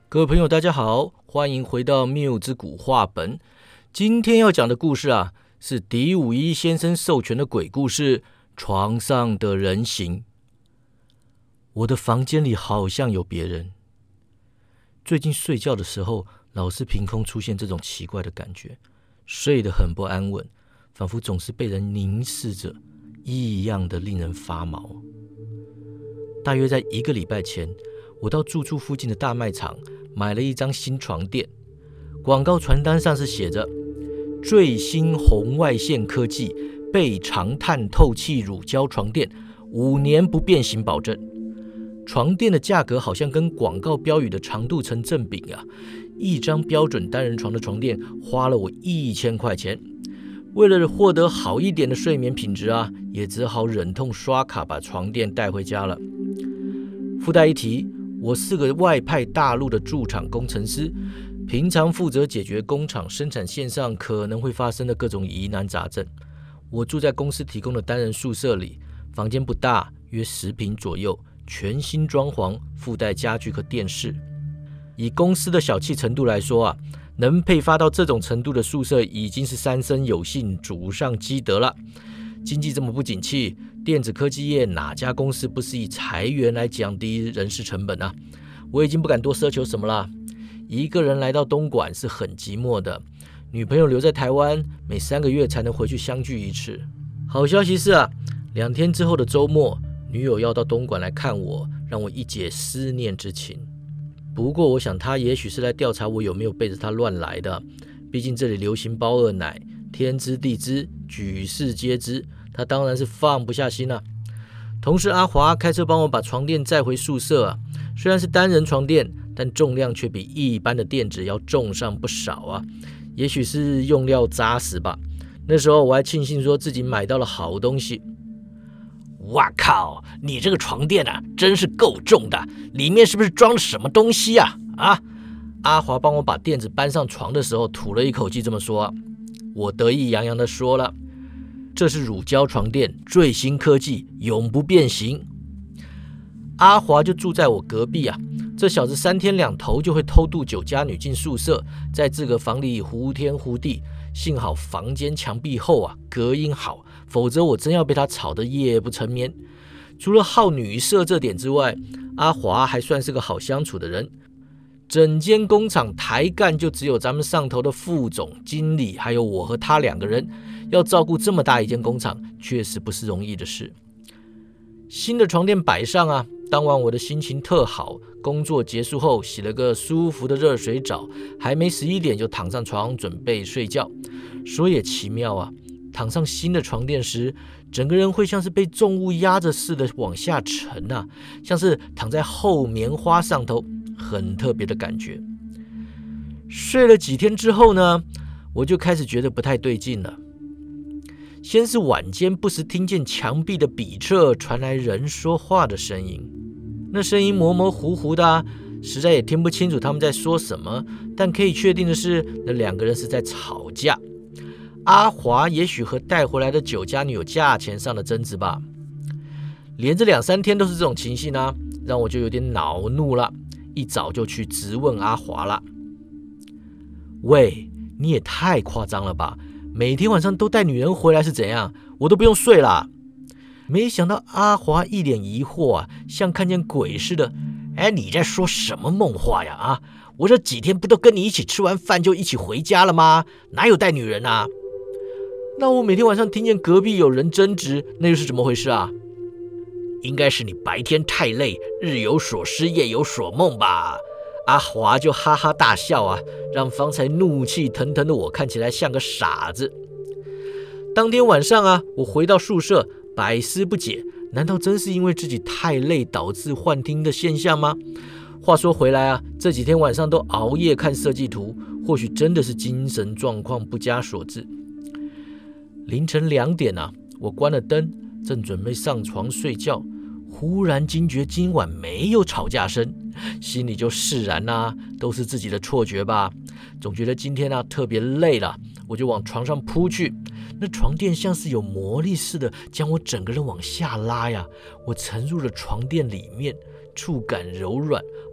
各位朋友大家好，欢迎回到谬之古话本。今天要讲的故事啊，是狄武一先生授权的鬼故事，床上的人形。我的房间里好像有别人，最近睡觉的时候老是凭空出现这种奇怪的感觉，睡得很不安稳，仿佛总是被人凝视着，异样的令人发毛。大约在1个礼拜前，我到住处附近的大卖场买了一张新床垫，广告传单上是写着最新红外线科技倍长碳透气乳胶床垫，5年不变形保证。床垫的价格好像跟广告标语的长度成正比啊！一张标准单人床的床垫花了我1000块钱，为了获得好一点的睡眠品质啊，也只好忍痛刷卡把床垫带回家了。附带一提，我是个外派大陆的驻场工程师，平常负责解决工厂生产线上可能会发生的各种疑难杂症。我住在公司提供的单人宿舍里，房间不大，约10平左右，全新装潢，附带家具和电视。以公司的小气程度来说啊，能配发到这种程度的宿舍已经是三生有幸，祖上积德了。经济这么不景气，电子科技业哪家公司不是以裁员来降低人事成本啊？我已经不敢多奢求什么了。一个人来到东莞是很寂寞的，女朋友留在台湾，每3个月才能回去相聚一次。好消息是啊，2天之后的周末，女友要到东莞来看我，让我一解思念之情。不过我想她也许是来调查我有没有背着她乱来的，毕竟这里流行包二奶，天知地知，举世皆知，她当然是放不下心啊。同事阿华开车帮我把床垫载回宿舍啊，虽然是单人床垫，但重量却比一般的垫子要重上不少啊。也许是用料扎实吧，那时候我还庆幸说自己买到了好东西。 哇靠，你这个床垫啊，真是够重的，里面是不是装了什么东西啊？ 阿华帮我把垫子搬上床的时候吐了一口气这么说。我得意洋洋地说了，这是乳胶床垫，最新科技，永不变形。阿华就住在我隔壁啊，这小子3天2头就会偷渡酒家女进宿舍，在这个房里呼天呼地。幸好房间墙壁厚啊，隔音好，否则我真要被他吵得夜不成眠。除了好女色这点之外，阿华还算是个好相处的人。整间工厂台干就只有咱们上头的副总、经理，还有我和他2个人，要照顾这么大一间工厂，确实不是容易的事。新的床垫摆上啊，当晚我的心情特好，工作结束后洗了个舒服的热水澡，还没11点就躺上床准备睡觉。说也奇妙啊，躺上新的床垫时，整个人会像是被重物压着似的往下沉啊，像是躺在厚棉花上头，很特别的感觉。睡了几天之后呢，我就开始觉得不太对劲了。先是晚间不时听见墙壁的笔侧传来人说话的声音，那声音模模糊糊的啊，实在也听不清楚他们在说什么，但可以确定的是，那2个人是在吵架。阿华也许和带回来的酒家女有价钱上的争执吧。连着2-3天都是这种情形啊，让我就有点恼怒了，一早就去质问阿华了。喂，你也太夸张了吧，每天晚上都带女人回来是怎样？我都不用睡啦。没想到阿华一脸疑惑啊，像看见鬼似的。 你在说什么梦话呀？我这几天不都跟你一起吃完饭就一起回家了吗？哪有带女人啊？ 那我每天晚上听见隔壁有人争执，那又是怎么回事啊？ 应该是你白天太累，日有所思夜有所梦吧。 阿华就哈哈大笑啊，让方才怒气腾腾的我看起来像个傻子。当天晚上啊，我回到宿舍，百思不解，难道真是因为自己太累导致幻听的现象吗？话说回来啊，这几天晚上都熬夜看设计图，或许真的是精神状况不佳所致。凌晨2点啊，我关了灯，正准备上床睡觉，忽然惊觉今晚没有吵架声，心里就释然啊，都是自己的错觉吧。总觉得今天啊特别累了，我就往床上扑去。那床垫像是有魔力似的，将我整个人往下拉呀。我沉入了床垫里面，触感柔软，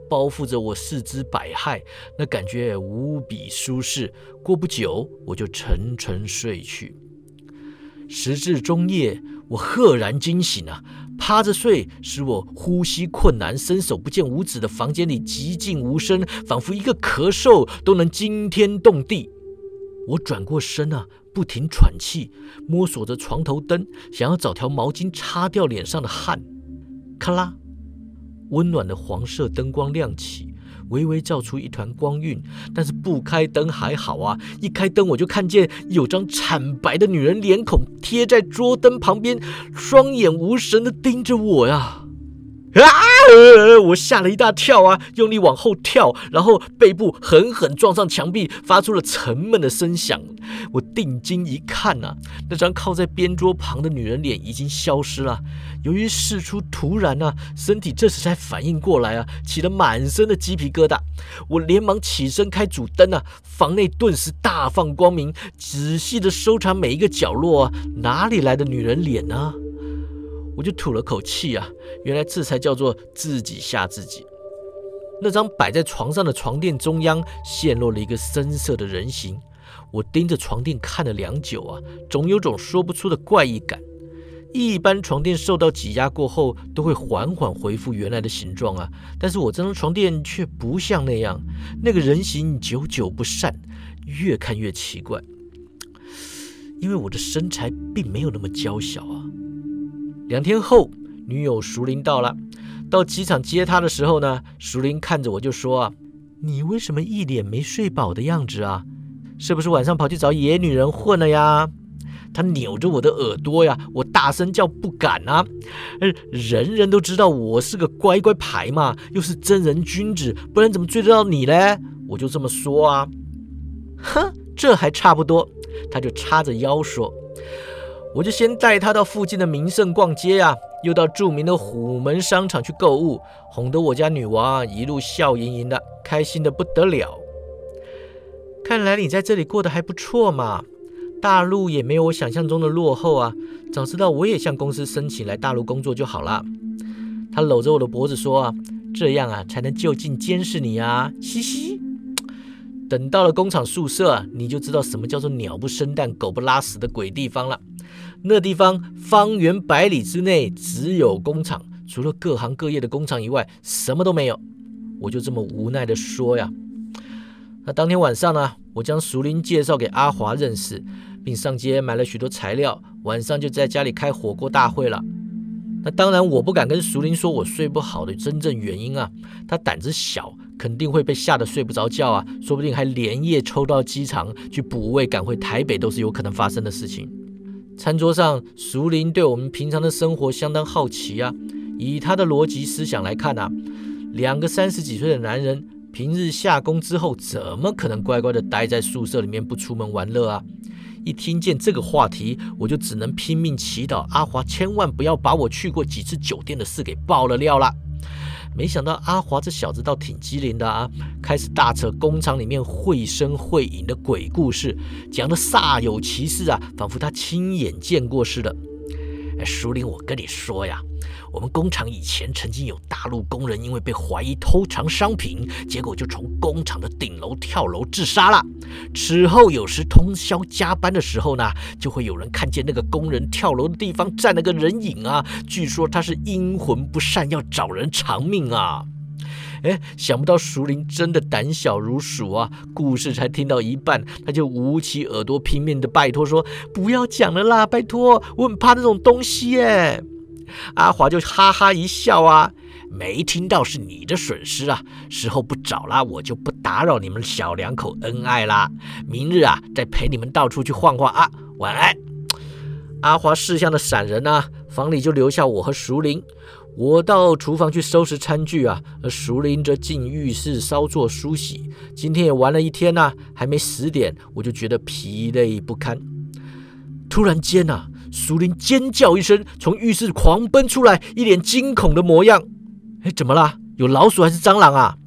包覆着我四肢百骸，那感觉无比舒适。过不久，我就沉沉睡去。时至中夜，我赫然惊醒啊！趴着睡使我呼吸困难，伸手不见五指的房间里寂静无声，仿佛一个咳嗽都能惊天动地。我转过身啊，不停喘气，摸索着床头灯，想要找条毛巾擦掉脸上的汗。咔啦，温暖的黄色灯光亮起，微微照出一团光晕。但是不开灯还好啊，一开灯我就看见有张惨白的女人脸孔贴在桌灯旁边，双眼无神地盯着我呀！我吓了一大跳啊，用力往后跳，然后背部狠狠撞上墙壁，发出了沉闷的声响。我定睛一看啊，那张靠在边桌旁的女人脸已经消失了。由于事出突然啊，身体这时才反应过来啊，起了满身的鸡皮疙瘩。我连忙起身开主灯啊，房内顿时大放光明，仔细的搜查每一个角落啊，哪里来的女人脸呢？我就吐了口气啊，原来这才叫做自己吓自己。那张摆在床上的床垫中央现露了一个深色的人形，我盯着床垫看了良久啊，总有种说不出的怪异感。一般床垫受到挤压过后都会缓缓恢复原来的形状啊，但是我这张床垫却不像那样，那个人形久久不散，越看越奇怪。因为我的身材并没有那么娇小啊。2天后，女友淑玲到了。到机场接她的时候呢，淑玲看着我就说啊：“你为什么一脸没睡饱的样子啊？是不是晚上跑去找野女人混了呀？”她扭着我的耳朵呀，我大声叫不敢啊！人人都知道我是个乖乖牌嘛，又是真人君子，不然怎么追得到你嘞？我就这么说啊。哼，这还差不多。她就叉着腰说。我就先带他到附近的名胜逛街啊，又到著名的虎门商场去购物，哄得我家女王一路笑盈盈的，开心的不得了。看来你在这里过得还不错嘛，大陆也没有我想象中的落后啊，早知道我也向公司申请来大陆工作就好了。他搂着我的脖子说啊，这样啊才能就近监视你啊，嘻嘻。等到了工厂宿舍，你就知道什么叫做鸟不生蛋，狗不拉屎的鬼地方了。那地方方圆100里之内只有工厂，除了各行各业的工厂以外，什么都没有。我就这么无奈的说呀。那当天晚上呢，我将淑玲介绍给阿华认识，并上街买了许多材料，晚上就在家里开火锅大会了。那当然我不敢跟淑玲说我睡不好的真正原因啊，她胆子小，肯定会被吓得睡不着觉啊，说不定还连夜抽到机场去补位赶回台北都是有可能发生的事情。餐桌上，淑玲对我们平常的生活相当好奇啊。以她的逻辑思想来看啊，2个30几岁的男人，平日下工之后，怎么可能乖乖的待在宿舍里面不出门玩乐啊？一听见这个话题，我就只能拼命祈祷阿华千万不要把我去过几次酒店的事给爆了料了。没想到阿华这小子倒挺机灵的啊，开始大扯工厂里面绘声绘影的鬼故事，讲得煞有其事啊，仿佛他亲眼见过似的。淑玲，我跟你说呀，我们工厂以前曾经有大陆工人因为被怀疑偷藏商品，结果就从工厂的顶楼跳楼自杀了。此后有时通宵加班的时候呢，就会有人看见那个工人跳楼的地方站了个人影啊，据说他是阴魂不散，要找人偿命啊。想不到淑玲真的胆小如鼠啊！故事才听到一半，他就捂起耳朵拼命的拜托说：“不要讲了啦，拜托，我很怕那种东西耶。”阿华就哈哈一笑啊，没听到是你的损失啊，时候不早啦，我就不打扰你们小两口恩爱啦，明日啊再陪你们到处去晃晃啊，晚安。阿华识相的闪人啊，房里就留下我和淑玲。我到厨房去收拾餐具啊，而淑玲则进浴室稍作梳洗。今天也玩了一天啊，还没10点，我就觉得疲累不堪。突然间啊，淑玲尖叫一声，从浴室狂奔出来，一脸惊恐的模样。怎么啦？有老鼠还是蟑螂啊？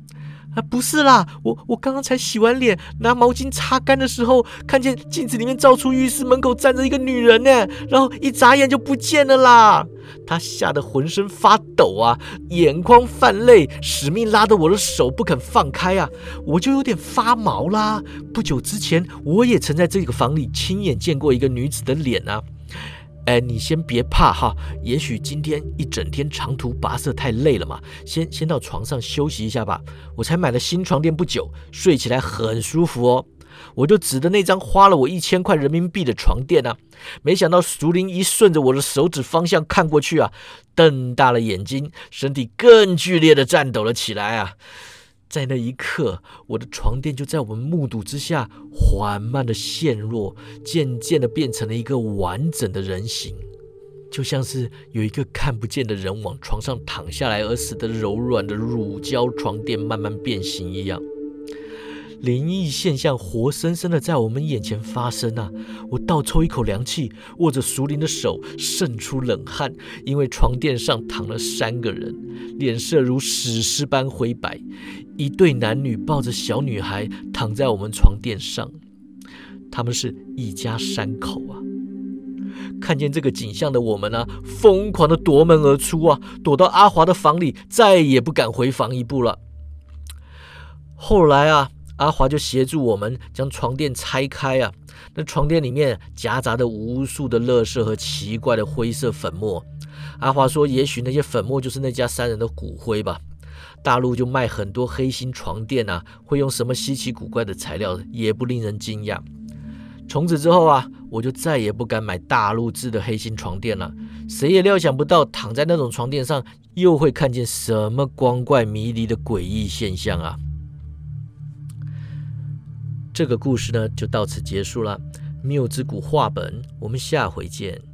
不是啦，我刚刚才洗完脸，拿毛巾擦干的时候，看见镜子里面照出浴室门口站着一个女人呢，然后一眨眼就不见了啦。她吓得浑身发抖啊，眼眶泛泪，使命拉着我的手不肯放开啊，我就有点发毛啦。不久之前，我也曾在这个房里亲眼见过一个女子的脸啊。你先别怕哈，也许今天一整天长途跋涉太累了嘛，先到床上休息一下吧。我才买了新床垫不久，睡起来很舒服哦。我就指着那张花了我1000块人民币的床垫啊，没想到淑玲一顺着我的手指方向看过去啊，瞪大了眼睛，身体更剧烈的颤抖了起来啊。在那一刻，我的床垫就在我们目睹之下缓慢的陷落，渐渐的变成了一个完整的人形，就像是有一个看不见的人往床上躺下来而使得柔软的乳胶床垫慢慢变形一样。灵异现象活生生的在我们眼前发生啊！我倒抽一口凉气，握着淑玲的手渗出冷汗，因为床垫上躺了3个人，脸色如死尸般灰白，一对男女抱着小女孩躺在我们床垫上，他们是一家3口啊！看见这个景象的我们啊，疯狂的夺门而出啊，躲到阿华的房里，再也不敢回房一步了。后来啊，阿华就协助我们将床垫拆开啊，那床垫里面夹杂着无数的垃圾和奇怪的灰色粉末。阿华说，也许那些粉末就是那家3人的骨灰吧。大陆就卖很多黑心床垫啊，会用什么稀奇古怪的材料，也不令人惊讶。从此之后啊，我就再也不敢买大陆制的黑心床垫了。谁也料想不到，躺在那种床垫上，又会看见什么光怪迷离的诡异现象啊！这个故事呢，就到此结束了。谬之谷话本，我们下回见。